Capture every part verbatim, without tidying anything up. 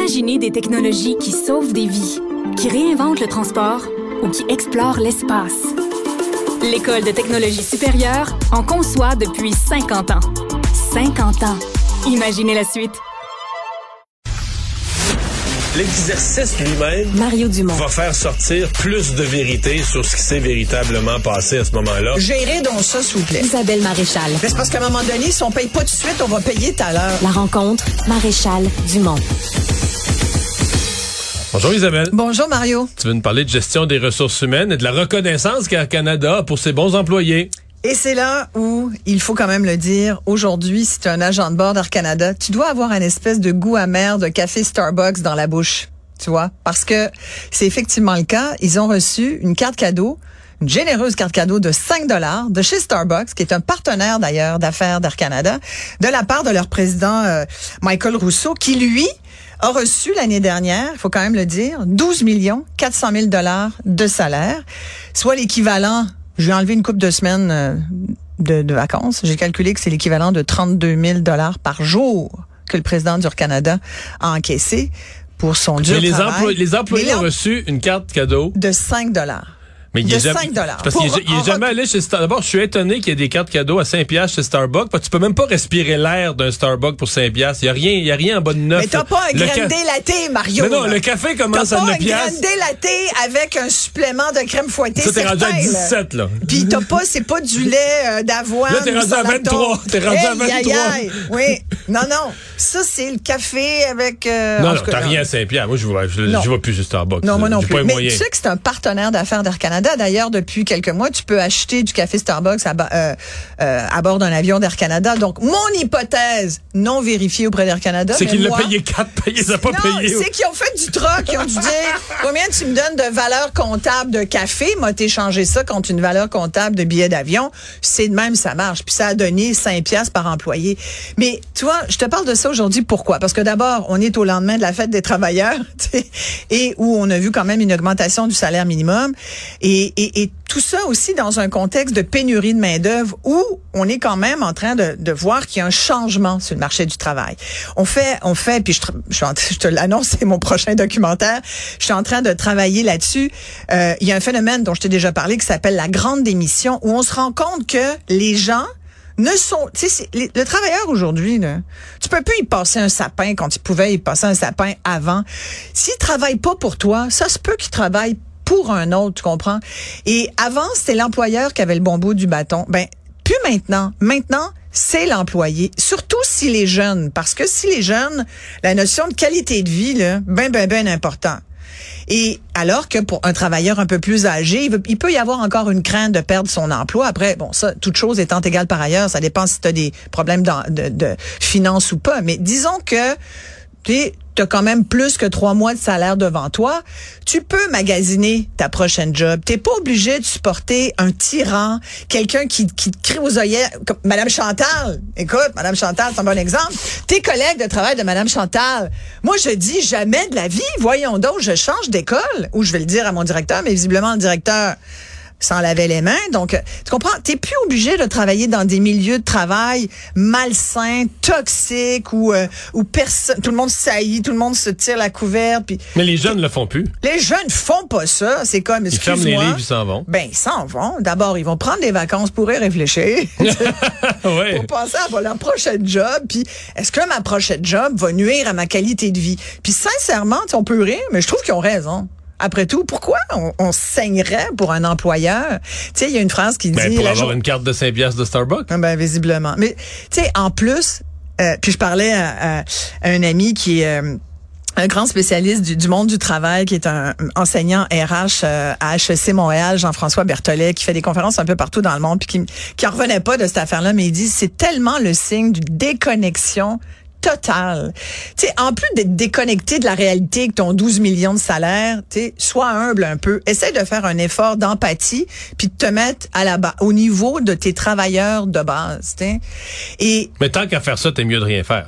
Imaginez des technologies qui sauvent des vies, qui réinventent le transport ou qui explorent l'espace. L'École de technologie supérieure en conçoit depuis cinquante ans. cinquante ans. Imaginez la suite. L'exercice lui-même Mario Dumont va faire sortir plus de vérité sur ce qui s'est véritablement passé à ce moment-là. Gérez donc ça, s'il vous plaît. Isabelle Maréchal. Mais c'est parce qu'à un moment donné, si on paye pas tout de suite, on va payer tout à l'heure. La rencontre, Maréchal Dumont. Bonjour Isabelle. Bonjour Mario. Tu veux nous parler de gestion des ressources humaines et de la reconnaissance qu'Air Canada a pour ses bons employés. Et c'est là où, il faut quand même le dire, aujourd'hui, si tu es un agent de bord d'Air Canada, tu dois avoir un espèce de goût amer de café Starbucks dans la bouche, tu vois, parce que c'est effectivement le cas. Ils ont reçu une carte cadeau, une généreuse carte cadeau de cinq dollars de chez Starbucks, qui est un partenaire d'ailleurs d'affaires d'Air Canada, de la part de leur président euh, Michael Rousseau, qui lui a reçu l'année dernière, il faut quand même le dire, douze millions quatre cent mille dollars de salaire, soit l'équivalent. J'ai enlevé une couple de semaines euh, de, de vacances. J'ai calculé que c'est l'équivalent de trente-deux mille dollars par jour que le président d'Air Canada a encaissé pour son dur Mais les travail. employés, les employés Mais ont reçu une carte cadeau de cinq dollars. Mais il de est jamais, cinq dollars. Parce qu'il est, il est jamais allé chez Starbucks. D'abord, je suis étonné qu'il y ait des cartes cadeaux à cinq piastres chez Starbucks. Parce que tu peux même pas respirer l'air d'un Starbucks pour cinq piastres. Il y a rien, il y a rien en bas de neuf. Mais t'as pas un le grande ca... latte, Mario. Mais non, là. le café commence t'as à neuf pas piastres. un grande latte avec un supplément de crème fouettée. Ça, t'es certain, rendu à dix-sept, là. Puis t'as pas, c'est pas du lait euh, d'avoine. Là, t'es rendu à vingt-trois. T'es rendu hey, à vingt-trois. Aïe, aïe. Oui. Non, non. Ça, c'est le café avec, euh, Non, en non, tout cas, t'as non. rien à cinq piastres. Moi, je vois, je, je vois plus chez Starbucks. Non, moi non J'ai plus. pas les Mais moyens. tu sais que c'est un partenaire d'affaires d'Air Canada. D'ailleurs, depuis quelques mois, tu peux acheter du café Starbucks à, euh, euh, à bord d'un avion d'Air Canada. Donc, mon hypothèse non vérifiée auprès d'Air Canada. C'est qu'il l'a moi, payé quatre, payé, ça pas non, payé. c'est qu'ils ont fait du troc. Ils ont dû dire, combien tu me donnes de valeur comptable de café? M'a t'échangé ça contre une valeur comptable de billets d'avion. C'est de même, ça marche. Puis ça a donné cinq piastres par employé. Mais, tu vois, je te parle de ça aujourd'hui. Pourquoi? Parce que d'abord, on est au lendemain de la fête des travailleurs, tu sais, et où on a vu quand même une augmentation du salaire minimum. Et, et, et tout ça aussi dans un contexte de pénurie de main-d'œuvre où on est quand même en train de, de voir qu'il y a un changement sur le marché du travail. On fait, on fait, puis je, je, suis en, je te l'annonce, c'est mon prochain documentaire. Je suis en train de travailler là-dessus. Euh, il y a un phénomène dont je t'ai déjà parlé qui s'appelle la grande démission, où on se rend compte que les gens ne sont, tu sais, le travailleur aujourd'hui, là, tu peux plus y passer un sapin quand il pouvait y passer un sapin avant. S'il travaille pas pour toi, ça se peut qu'il travaille pour un autre, tu comprends? Et avant, c'était l'employeur qui avait le bon bout du bâton. Ben, plus maintenant. Maintenant, c'est l'employé. Surtout s'il est jeune. Parce que s'il est jeune, la notion de qualité de vie, là, ben, ben, ben important. Et alors que pour un travailleur un peu plus âgé, il, veut, il peut y avoir encore une crainte de perdre son emploi. Après, bon, ça, toute chose étant égale par ailleurs, ça dépend si tu as des problèmes de, de, de finances ou pas. Mais disons que tu as quand même plus que trois mois de salaire devant toi, tu peux magasiner ta prochaine job. T'es pas obligé de supporter un tyran, quelqu'un qui, qui te crie aux oreilles, comme Madame Chantal. Écoute, Madame Chantal, c'est un bon exemple. Tes collègues de travail de Madame Chantal. Moi, je dis jamais de la vie. Voyons donc, je change d'école. Ou je vais le dire à mon directeur, mais visiblement, le directeur s'en lavait les mains. Donc, tu comprends? T'es plus obligé de travailler dans des milieux de travail malsains, toxiques, où, euh, où personne, tout le monde saillit, tout le monde se tire la couverte. Puis, mais les jeunes ne le font plus. Les jeunes font pas ça. C'est comme, ils ferment les livres, ils s'en vont. Ben, ils s'en vont. D'abord, ils vont prendre des vacances pour y réfléchir. Ouais. Pour penser à leur prochaine job. Puis, est-ce que ma prochaine job va nuire à ma qualité de vie? Puis, sincèrement, on peut rire, mais je trouve qu'ils ont raison. Après tout, pourquoi on, on saignerait pour un employeur? Tu sais, il y a une phrase qui dit... Ben, pour la avoir jour... une carte de cinq piastres de Starbucks. Ben, visiblement. Mais, tu sais, en plus, euh, puis je parlais à, à, à un ami qui est... Euh, un grand spécialiste du, du monde du travail, qui est un enseignant R H euh, à H E C Montréal, Jean-François Berthollet, qui fait des conférences un peu partout dans le monde, puis qui qui en revenait pas de cette affaire-là, mais il dit c'est tellement le signe d'une déconnexion totale. Tu sais, en plus d'être déconnecté de la réalité avec ton douze millions de salaire, tu sais, sois humble un peu. Essaie de faire un effort d'empathie puis de te mettre à la ba- au niveau de tes travailleurs de base, tu sais. Et mais tant qu'à faire ça, t'es mieux de rien faire.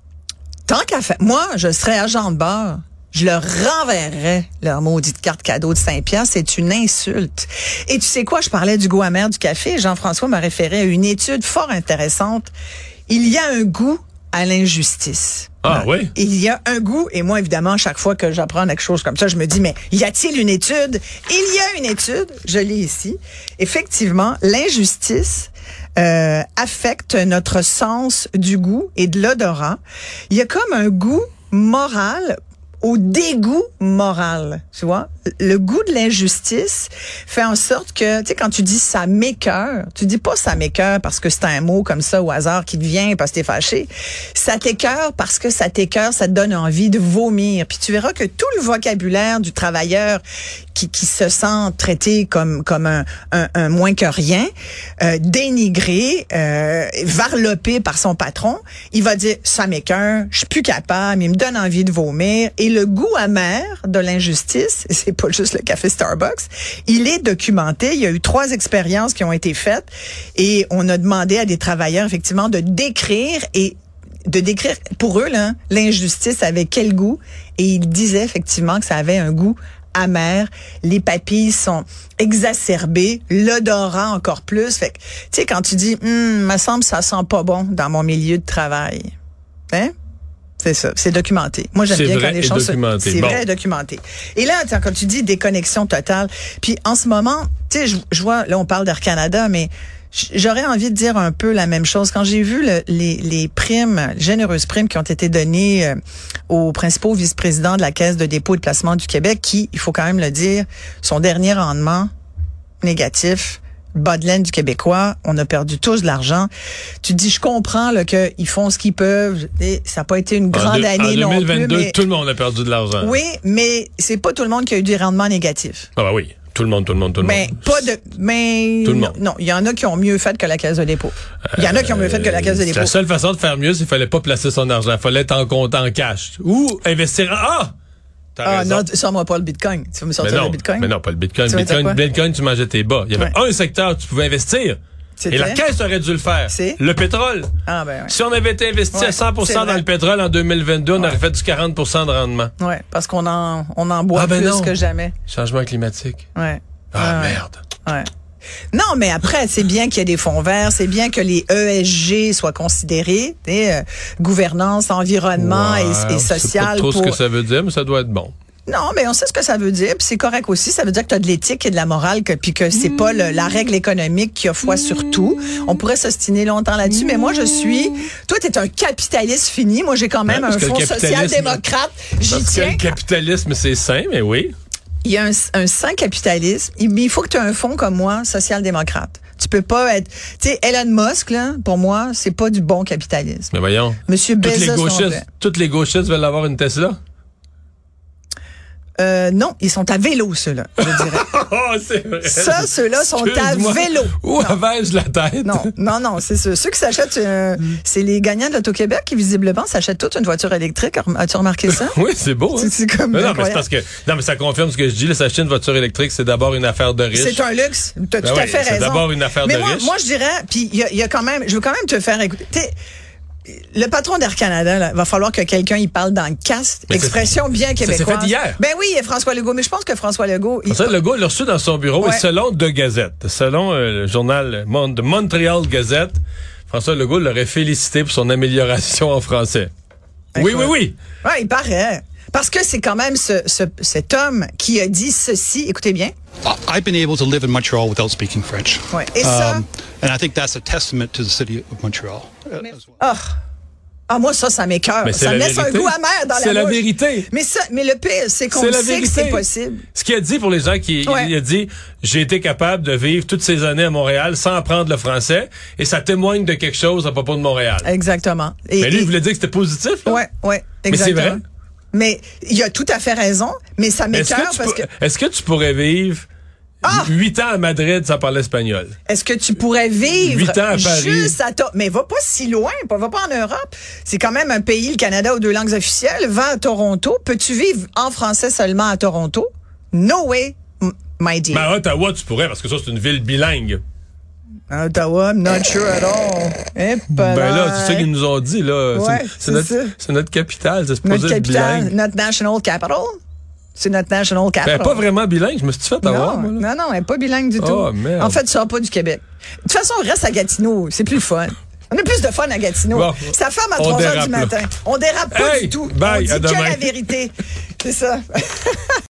Tant qu'à faire, moi, je serais agent de bord. Je leur renverrais leur maudite carte cadeau de cinq piastres. C'est une insulte. Et tu sais quoi? Je parlais du goût amer du café. Jean-François m'a référé à une étude fort intéressante. Il y a un goût à l'injustice. Ah oui? Il y a un goût, et moi, évidemment, chaque fois que j'apprends quelque chose comme ça, je me dis, mais y a-t-il une étude? Il y a une étude, je l'ai ici. Effectivement, l'injustice euh, affecte notre sens du goût et de l'odorat. Il y a comme un goût moral au dégoût moral, tu vois. Le goût de l'injustice fait en sorte que, tu sais, quand tu dis ça m'écoeure, tu dis pas ça m'écoeure parce que c'est un mot comme ça au hasard qui te vient parce que t'es fâché. Ça t'écoeure parce que ça t'écoeure, ça te donne envie de vomir. Puis tu verras que tout le vocabulaire du travailleur qui, qui se sent traité comme comme un, un, un moins que rien, euh, dénigré, euh, varlopé par son patron, il va dire ça m'écoeure, je suis plus capable, il me donne envie de vomir. Et le goût amer de l'injustice, et c'est pas juste le café Starbucks, il est documenté. Il y a eu trois expériences qui ont été faites et on a demandé à des travailleurs effectivement de décrire et de décrire pour eux là l'injustice avait quel goût, et ils disaient effectivement que ça avait un goût amer, les papilles sont exacerbées, l'odorat encore plus. Fait que, tu sais, quand tu dis, hum, me semble ça sent pas bon dans mon milieu de travail, hein? C'est ça, c'est documenté. Moi, j'aime c'est bien vrai quand les et choses documenté. c'est Bon. vrai et documenté. Et là, quand tu dis déconnexion totale, puis en ce moment, tu sais, je, je vois, là, on parle d'Air Canada, mais j'aurais envie de dire un peu la même chose. Quand j'ai vu le, les, les primes, les généreuses primes qui ont été données euh, aux principaux vice-présidents de la Caisse de dépôt et de placement du Québec, qui, il faut quand même le dire, son dernier rendement négatif, bas de laine du Québécois, on a perdu tous de l'argent. Tu te dis, je comprends là, qu'ils font ce qu'ils peuvent. Et ça n'a pas été une grande en deux, année en deux mille vingt-deux, non plus. Mais, tout le monde a perdu de l'argent. oui, mais c'est pas tout le monde qui a eu des rendements négatifs. Ah bah oui, tout le monde, tout le monde, tout le mais monde. Pas de, mais tout le non, monde. non, il y en a qui ont mieux fait que la Caisse de dépôt. Il y en a qui ont mieux fait que la Caisse de dépôt. La seule façon de faire mieux, c'est qu'il fallait pas placer son argent. Il fallait être en compte en cash. Ou investir en... Ah! T'as Ah raison. non, sors-moi pas le Bitcoin. Tu vas me sortir mais non, le Bitcoin? Mais non, pas le Bitcoin. Tu vas dire Bitcoin, quoi? Bitcoin, tu mangeais tes bas. Il y avait Ouais. un secteur où tu pouvais investir. C'était? Et la Caisse aurait dû le faire. C'est? Le pétrole. Ah ben ouais. Si on avait été investi Ouais, à cent pour c'est cent dans vrai. le pétrole en deux mille vingt-deux, on Ouais. aurait fait du quarante pour cent de rendement. Ouais, parce qu'on en, on en boit Ah, ben plus non. que jamais. Changement climatique. Ouais. Ah, ouais. merde. Ouais. Non, mais après, c'est bien qu'il y ait des fonds verts, c'est bien que les E S G soient considérés, des euh, gouvernance, environnement Ouais, et, et on sait social. pas trop pour... ce que ça veut dire, mais ça doit être bon. Non, mais on sait ce que ça veut dire, puis c'est correct aussi. Ça veut dire que tu as de l'éthique et de la morale, que, puis que c'est pas le- la règle économique qui a foi sur tout. On pourrait s'ostiner longtemps là-dessus, mais moi, je suis... Toi, tu es un capitaliste fini. Moi, j'ai quand même Ouais, parce un que le fonds capitalisme- social-démocrate. J'y Parce que tiens. le capitalisme, c'est sain, mais oui. Il y a un, un sain capitalisme, il- mais il faut que tu aies un fonds comme moi, social-démocrate. Tu peux pas être... Tu sais, Elon Musk, là, pour moi, c'est pas du bon capitalisme. Mais voyons. Monsieur Toutes les Bezos non gauchistes, plus. toutes les gauchistes veulent avoir une Tesla? Euh, non, ils sont à vélo, ceux-là, je dirais. Oh, c'est vrai. Ça, ceux-là sont à Excuse-moi. vélo. Où Non. avais-je la tête? Non, non, non, c'est ça. Ceux qui s'achètent, euh, c'est les gagnants de l'Auto-Québec qui, visiblement, s'achètent toute une voiture électrique. As-tu remarqué ça? Oui, c'est beau. Hein? C'est- c'est comme mais non, mais c'est incroyable. parce que non, mais ça confirme ce que je dis. Là, s'acheter une voiture électrique, c'est d'abord une affaire de riche. C'est un luxe. Tu as Ben tout oui, à fait c'est raison. d'abord une affaire Mais de moi, riche. moi, je dirais, puis il y a, il y a quand même, je veux quand même te faire écouter. T'sais, le patron d'Air Canada, là, va falloir que quelqu'un y parle dans le cast. Mais Expression bien s'est québécoise. fait hier. Ben oui, il y a François Legault, mais je pense que François Legault, il, Ça, le gars l'a reçu dans son bureau Ouais. et selon deux Gazettes, selon euh, le journal Mon- de Montreal Gazette, François Legault l'aurait félicité pour son amélioration en français. Oui, oui, oui. ouais, il paraît. Parce que c'est quand même ce, ce, cet homme qui a dit ceci. Écoutez bien. I- I've been able to live in Montreal without speaking French. Ouais. Et ça, Um, and I think that's a testament to the city of Montreal. uh, as well. ah, ah, moi ça, ça m'écoeure. Mais c'est Ça me la laisse un vérité. goût amer dans la C'est la bouche. vérité. Mais ça, mais le pire, c'est qu'on C'est la sait que vérité. c'est possible. Ce qu'il a dit pour les gens qui Ouais. il a dit j'ai été capable de vivre toutes ces années à Montréal sans apprendre le français et ça témoigne de quelque chose à propos de Montréal. Exactement. Et, Mais lui et- il voulait dire que c'était positif. Là. ouais, ouais, Mais c'est exactement. vrai. Mais il a tout à fait raison, mais ça Est-ce m'écoeure que, tu parce pour- que est-ce que tu pourrais vivre Ah! huit ans à Madrid sans parler espagnol? est-ce que tu pourrais vivre Huit ans à Paris. juste à To- mais va pas si loin, pas va pas en Europe. C'est quand même un pays, le Canada, aux deux langues officielles. Va à Toronto. Peux-tu vivre en français seulement à Toronto? No way, m- my dear. Ben, à Ottawa, tu pourrais, parce que ça, c'est une ville bilingue. À Ottawa, I'm not sure at all. Eh, Ben là, palais. c'est ça qu'ils nous ont dit, là. Ouais, c'est, c'est notre, ça. c'est notre capitale, c'est Notre supposé être capitale, bilingue. notre national capital. C'est notre national Ben, capital. pas vraiment bilingue, je me suis fait avoir, Non, moi, là. non, non, elle n'est pas bilingue du tout. Oh, merde. En fait, tu sors pas du Québec. De toute façon, reste à Gatineau, c'est plus fun. On a plus de fun à Gatineau. Bon, ça ferme à on trois heures dérape, du là. matin. On dérape pas Hey, du tout. bye, on dit à que demain. la vérité. C'est ça.